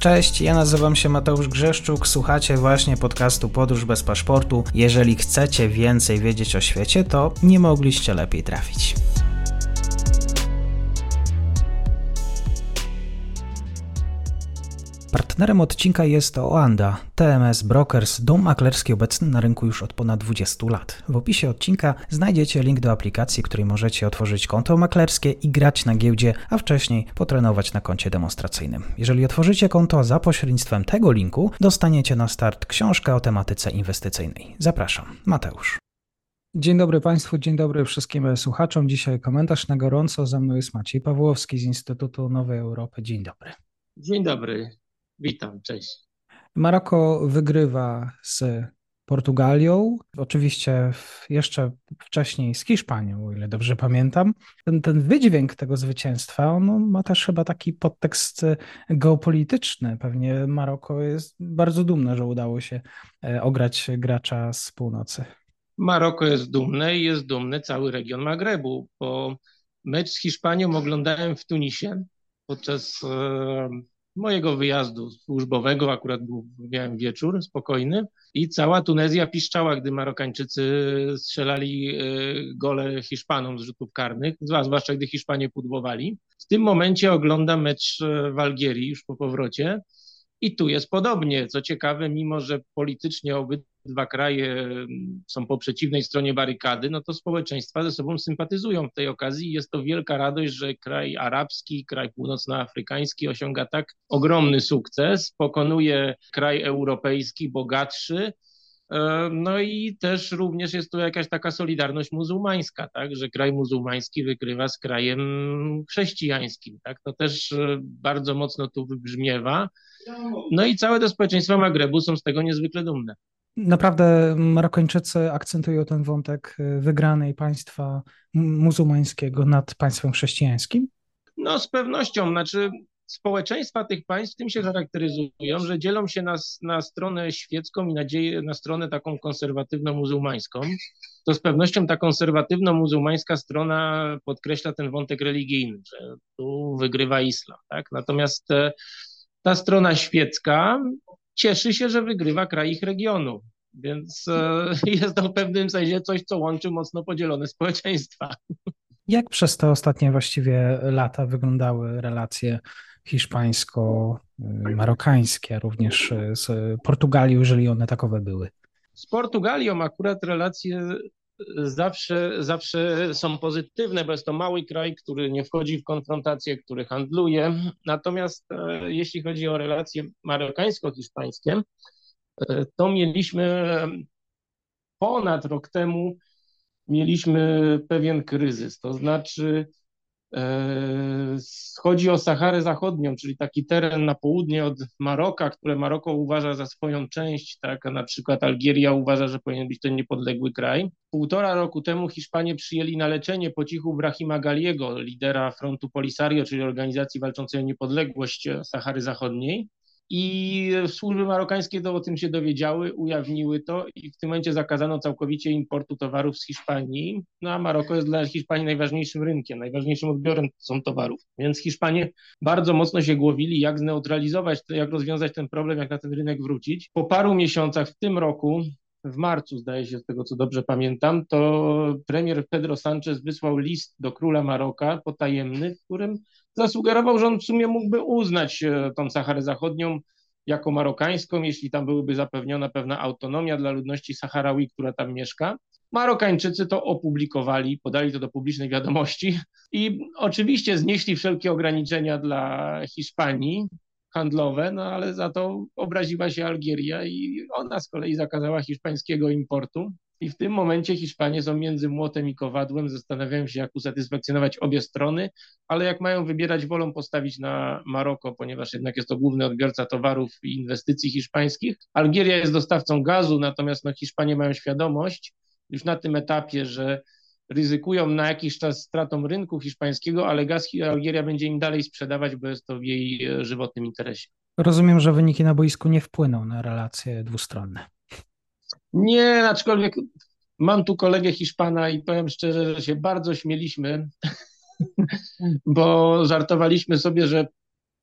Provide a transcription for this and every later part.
Cześć, ja nazywam się Mateusz Grzeszczuk, słuchacie właśnie podcastu Podróż bez paszportu. Jeżeli chcecie więcej wiedzieć o świecie, to nie mogliście lepiej trafić. Partnerem odcinka jest Oanda, TMS Brokers, dom maklerski obecny na rynku już od ponad 20 lat. W opisie odcinka znajdziecie link do aplikacji, w której możecie otworzyć konto maklerskie i grać na giełdzie, a wcześniej potrenować na koncie demonstracyjnym. Jeżeli otworzycie konto za pośrednictwem tego linku, dostaniecie na start książkę o tematyce inwestycyjnej. Zapraszam, Mateusz. Dzień dobry Państwu, dzień dobry wszystkim słuchaczom. Dzisiaj komentarz na gorąco. Ze mną jest Maciej Pawłowski z Instytutu Nowej Europy. Dzień dobry. Dzień dobry. Witam, cześć. Maroko wygrywa z Portugalią, oczywiście jeszcze wcześniej z Hiszpanią, o ile dobrze pamiętam. Ten wydźwięk tego zwycięstwa, on ma też chyba taki podtekst geopolityczny. Pewnie Maroko jest bardzo dumne, że udało się ograć gracza z północy. Maroko jest dumne i jest dumny cały region Magrebu, bo mecz z Hiszpanią oglądałem w Tunisie podczas mojego wyjazdu służbowego, akurat miałem wieczór spokojny i cała Tunezja piszczała, gdy Marokańczycy strzelali gole Hiszpanom z rzutów karnych, zwłaszcza gdy Hiszpanie pudłowali. W tym momencie oglądam mecz w Algierii już po powrocie i tu jest podobnie. Co ciekawe, mimo że politycznie obydwa kraje są po przeciwnej stronie barykady, no to społeczeństwa ze sobą sympatyzują w tej okazji. Jest to wielka radość, że kraj arabski, kraj północnoafrykański osiąga tak ogromny sukces, pokonuje kraj europejski, bogatszy. No i też również jest tu jakaś taka solidarność muzułmańska, tak, że kraj muzułmański wygrywa z krajem chrześcijańskim, tak, to też bardzo mocno tu wybrzmiewa. No i całe te społeczeństwa Magrebu są z tego niezwykle dumne. Naprawdę Marokańczycy akcentują ten wątek wygranej państwa muzułmańskiego nad państwem chrześcijańskim? No z pewnością, znaczy społeczeństwa tych państw tym się charakteryzują, że dzielą się na stronę świecką i na stronę taką konserwatywno-muzułmańską. To z pewnością ta konserwatywno-muzułmańska strona podkreśla ten wątek religijny, że tu wygrywa islam, tak? Natomiast ta strona świecka cieszy się, że wygrywa kraj ich regionu. Więc jest to w pewnym sensie coś, co łączy mocno podzielone społeczeństwa. Jak przez te ostatnie właściwie lata wyglądały relacje hiszpańsko-marokańskie, również z Portugalią, jeżeli one takowe były? Z Portugalią akurat relacje zawsze są pozytywne, bo jest to mały kraj, który nie wchodzi w konfrontację, który handluje. Natomiast jeśli chodzi o relacje marokańsko-hiszpańskie, to mieliśmy ponad rok temu pewien kryzys. To znaczy chodzi o Saharę Zachodnią, czyli taki teren na południe od Maroka, które Maroko uważa za swoją część, tak, a na przykład Algieria uważa, że powinien być to niepodległy kraj. 1,5 roku temu Hiszpanie przyjęli na leczenie po cichu Brahima Galiego, lidera frontu Polisario, czyli organizacji walczącej o niepodległość Sahary Zachodniej. I służby marokańskie o tym się dowiedziały, ujawniły to i w tym momencie zakazano całkowicie importu towarów z Hiszpanii. No a Maroko jest dla Hiszpanii najważniejszym rynkiem, najważniejszym odbiorem są towarów. Więc Hiszpanie bardzo mocno się głowili, jak zneutralizować, jak rozwiązać ten problem, jak na ten rynek wrócić. Po paru miesiącach w tym roku, w marcu zdaje się, z tego co dobrze pamiętam, to premier Pedro Sánchez wysłał list do króla Maroka potajemny, w którym zasugerował, że on w sumie mógłby uznać tą Saharę Zachodnią jako marokańską, jeśli tam byłyby zapewniona pewna autonomia dla ludności Saharaui, która tam mieszka. Marokańczycy to opublikowali, podali to do publicznej wiadomości i oczywiście znieśli wszelkie ograniczenia dla Hiszpanii handlowe, no ale za to obraziła się Algieria i ona z kolei zakazała hiszpańskiego importu. I w tym momencie Hiszpanie są między młotem i kowadłem, zastanawiają się, jak usatysfakcjonować obie strony, ale jak mają wybierać, wolą postawić na Maroko, ponieważ jednak jest to główny odbiorca towarów i inwestycji hiszpańskich. Algieria jest dostawcą gazu, natomiast Hiszpanie mają świadomość już na tym etapie, że ryzykują na jakiś czas stratą rynku hiszpańskiego, ale gaz Algieria będzie im dalej sprzedawać, bo jest to w jej żywotnym interesie. Rozumiem, że wyniki na boisku nie wpłyną na relacje dwustronne. Nie, aczkolwiek mam tu kolegę Hiszpana i powiem szczerze, że się bardzo śmieliśmy, bo żartowaliśmy sobie, że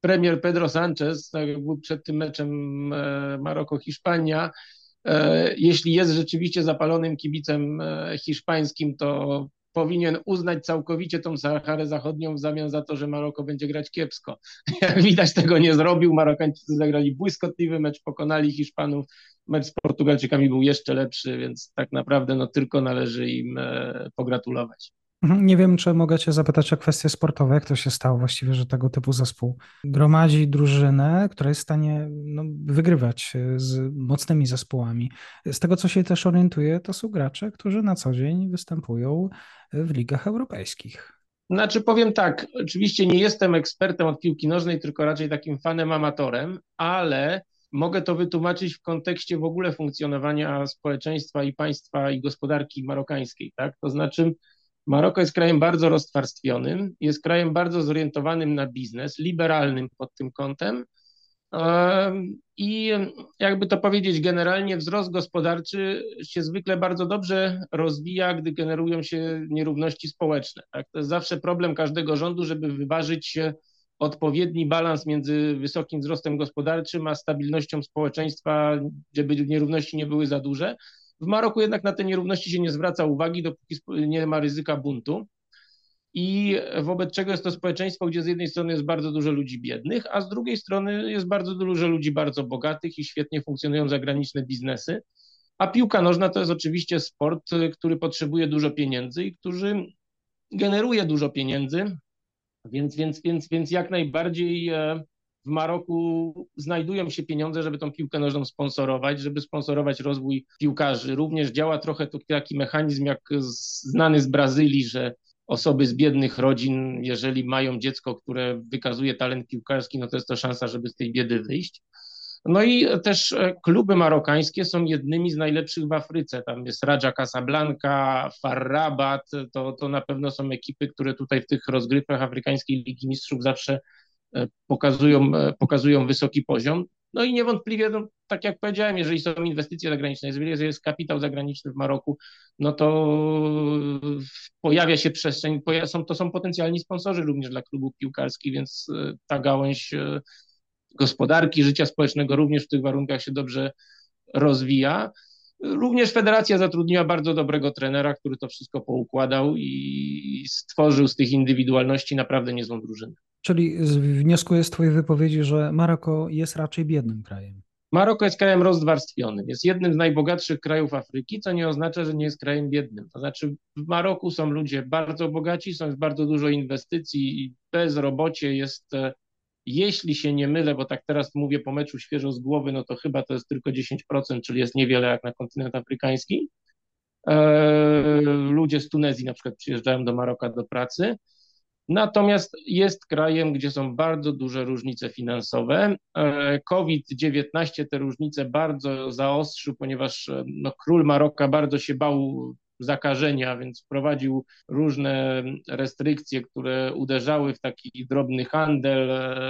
premier Pedro Sánchez, tak jak był przed tym meczem Maroko-Hiszpania, jeśli jest rzeczywiście zapalonym kibicem hiszpańskim, to powinien uznać całkowicie tą Saharę Zachodnią w zamian za to, że Maroko będzie grać kiepsko. Jak widać, tego nie zrobił. Marokańczycy zagrali błyskotliwy mecz, pokonali Hiszpanów. Mecz z Portugalczykami był jeszcze lepszy, więc tak naprawdę no, tylko należy im pogratulować. Nie wiem, czy mogę Cię zapytać o kwestie sportowe. Jak to się stało właściwie, że tego typu zespół gromadzi drużynę, która jest w stanie wygrywać z mocnymi zespołami? Z tego, co się też orientuję, to są gracze, którzy na co dzień występują w ligach europejskich. Znaczy powiem tak, oczywiście nie jestem ekspertem od piłki nożnej, tylko raczej takim fanem amatorem, ale mogę to wytłumaczyć w kontekście w ogóle funkcjonowania społeczeństwa i państwa i gospodarki marokańskiej, tak? To znaczy Maroko jest krajem bardzo roztwarstwionym, jest krajem bardzo zorientowanym na biznes, liberalnym pod tym kątem. I jakby to powiedzieć, generalnie wzrost gospodarczy się zwykle bardzo dobrze rozwija, gdy generują się nierówności społeczne. Tak? To jest zawsze problem każdego rządu, żeby wyważyć odpowiedni balans między wysokim wzrostem gospodarczym a stabilnością społeczeństwa, żeby nierówności nie były za duże. W Maroku jednak na te nierówności się nie zwraca uwagi, dopóki nie ma ryzyka buntu. I wobec czego jest to społeczeństwo, gdzie z jednej strony jest bardzo dużo ludzi biednych, a z drugiej strony jest bardzo dużo ludzi bardzo bogatych i świetnie funkcjonują zagraniczne biznesy. A piłka nożna to jest oczywiście sport, który potrzebuje dużo pieniędzy i który generuje dużo pieniędzy, więc jak najbardziej w Maroku znajdują się pieniądze, żeby tą piłkę nożną sponsorować, żeby sponsorować rozwój piłkarzy. Również działa trochę taki mechanizm jak znany z Brazylii, że osoby z biednych rodzin, jeżeli mają dziecko, które wykazuje talent piłkarski, no to jest to szansa, żeby z tej biedy wyjść. No i też kluby marokańskie są jednymi z najlepszych w Afryce. Tam jest Raja Casablanca, FAR Rabat, to na pewno są ekipy, które tutaj w tych rozgrywkach Afrykańskiej Ligi Mistrzów zawsze pokazują wysoki poziom. No i niewątpliwie, no, tak jak powiedziałem, jeżeli są inwestycje zagraniczne, jeżeli jest kapitał zagraniczny w Maroku, no to pojawia się przestrzeń, to są potencjalni sponsorzy również dla klubów piłkarskich, więc ta gałąź gospodarki, życia społecznego również w tych warunkach się dobrze rozwija. Również federacja zatrudniła bardzo dobrego trenera, który to wszystko poukładał i stworzył z tych indywidualności naprawdę niezłą drużynę. Czyli wnioskuję z Twojej wypowiedzi, że Maroko jest raczej biednym krajem. Maroko jest krajem rozwarstwionym, jest jednym z najbogatszych krajów Afryki, co nie oznacza, że nie jest krajem biednym. To znaczy w Maroku są ludzie bardzo bogaci, jest bardzo dużo inwestycji i bezrobocie jest, jeśli się nie mylę, bo tak teraz mówię po meczu świeżo z głowy, no to chyba to jest tylko 10%, czyli jest niewiele jak na kontynent afrykański. Ludzie z Tunezji na przykład przyjeżdżają do Maroka do pracy. Natomiast jest krajem, gdzie są bardzo duże różnice finansowe. COVID-19 te różnice bardzo zaostrzył, ponieważ no, król Maroka bardzo się bał zakażenia, więc wprowadził różne restrykcje, które uderzały w taki drobny handel,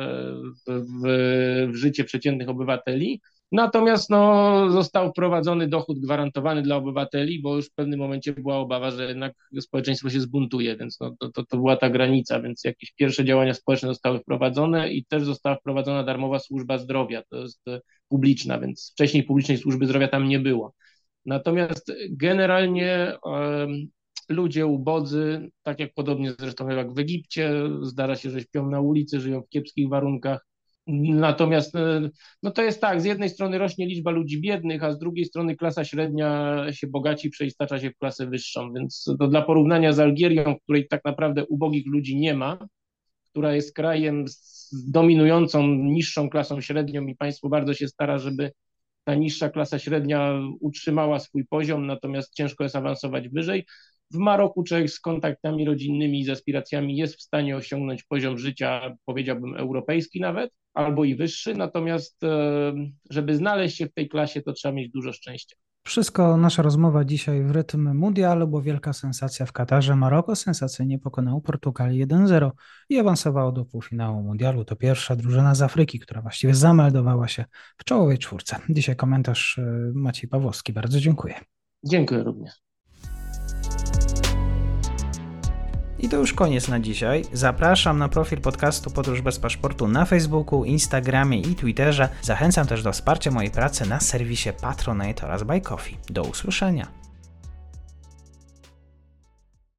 w życie przeciętnych obywateli. Natomiast no, został wprowadzony dochód gwarantowany dla obywateli, bo już w pewnym momencie była obawa, że jednak społeczeństwo się zbuntuje, więc no, to była ta granica, więc jakieś pierwsze działania społeczne zostały wprowadzone i też została wprowadzona darmowa służba zdrowia, to jest publiczna, więc wcześniej publicznej służby zdrowia tam nie było. Natomiast generalnie ludzie ubodzy, tak jak podobnie zresztą jak w Egipcie, zdarza się, że śpią na ulicy, żyją w kiepskich warunkach. Natomiast no to jest tak, z jednej strony rośnie liczba ludzi biednych, a z drugiej strony klasa średnia się bogaci, przeistacza się w klasę wyższą, więc to dla porównania z Algierią, w której tak naprawdę ubogich ludzi nie ma, która jest krajem z dominującą niższą klasą średnią i państwo bardzo się stara, żeby ta niższa klasa średnia utrzymała swój poziom, natomiast ciężko jest awansować wyżej. W Maroku człowiek z kontaktami rodzinnymi i z aspiracjami jest w stanie osiągnąć poziom życia, powiedziałbym, europejski nawet, albo i wyższy, natomiast żeby znaleźć się w tej klasie, to trzeba mieć dużo szczęścia. Wszystko nasza rozmowa dzisiaj w rytm mundialu, bo wielka sensacja w Katarze. Maroko sensacyjnie pokonało Portugalię 1-0 i awansowało do półfinału mundialu. To pierwsza drużyna z Afryki, która właściwie zameldowała się w czołowej czwórce. Dzisiaj komentarz Maciej Pawłowski. Bardzo dziękuję. Dziękuję również. I to już koniec na dzisiaj. Zapraszam na profil podcastu Podróż bez paszportu na Facebooku, Instagramie i Twitterze. Zachęcam też do wsparcia mojej pracy na serwisie Patronite oraz Buy Coffee. Do usłyszenia.